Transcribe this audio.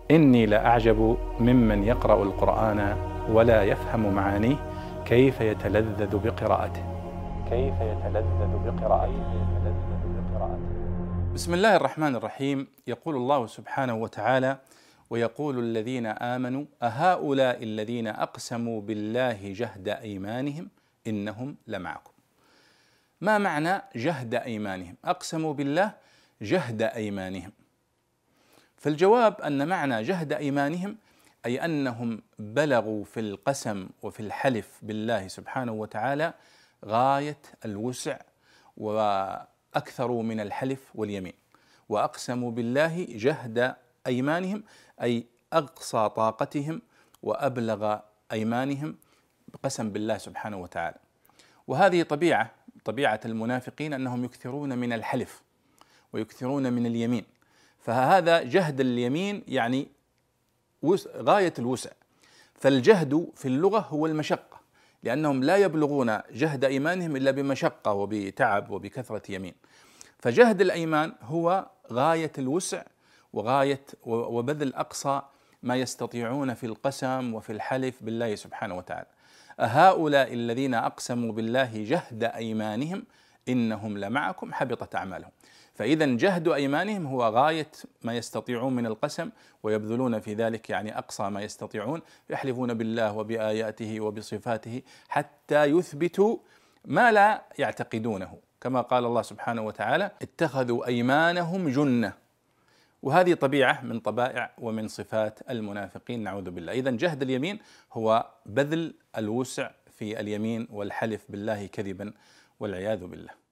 إني لأعجب ممن يقرأ القرآن ولا يفهم معانيه كيف يتلذذ بقراءته. بسم الله الرحمن الرحيم. يقول الله سبحانه وتعالى: ويقول الذين آمنوا أهؤلاء الذين أقسموا بالله جهد أيمانهم إنهم لمعكم. ما معنى جهد أيمانهم؟ أقسموا بالله جهد أيمانهم. فالجواب أن معنى جهد أيمانهم أي أنهم بلغوا في القسم وفي الحلف بالله سبحانه وتعالى غاية الوسع، وأكثروا من الحلف واليمين، وأقسموا بالله جهد أيمانهم أي أقصى طاقتهم وأبلغ أيمانهم بقسم بالله سبحانه وتعالى. وهذه طبيعة المنافقين أنهم يكثرون من الحلف ويكثرون من اليمين، فهذا جهد اليمين يعني غاية الوسع. فالجهد في اللغة هو المشقة، لأنهم لا يبلغون جهد أيمانهم إلا بمشقة وبتعب وبكثرة يمين. فجهد الأيمان هو غاية الوسع وغاية وبذل أقصى ما يستطيعون في القسم وفي الحلف بالله سبحانه وتعالى. أهؤلاء الذين أقسموا بالله جهد أيمانهم إنهم لمعكم حبطت أعمالهم. فإذا جهد أيمانهم هو غاية ما يستطيعون من القسم، ويبذلون في ذلك يعني أقصى ما يستطيعون، يحلفون بالله وبآياته وبصفاته حتى يثبتوا ما لا يعتقدونه، كما قال الله سبحانه وتعالى: اتخذوا أيمانهم جنة. وهذه طبيعة من طبائع ومن صفات المنافقين، نعوذ بالله. إذن جهد اليمين هو بذل الوسع في اليمين والحلف بالله كذبا والعياذ بالله.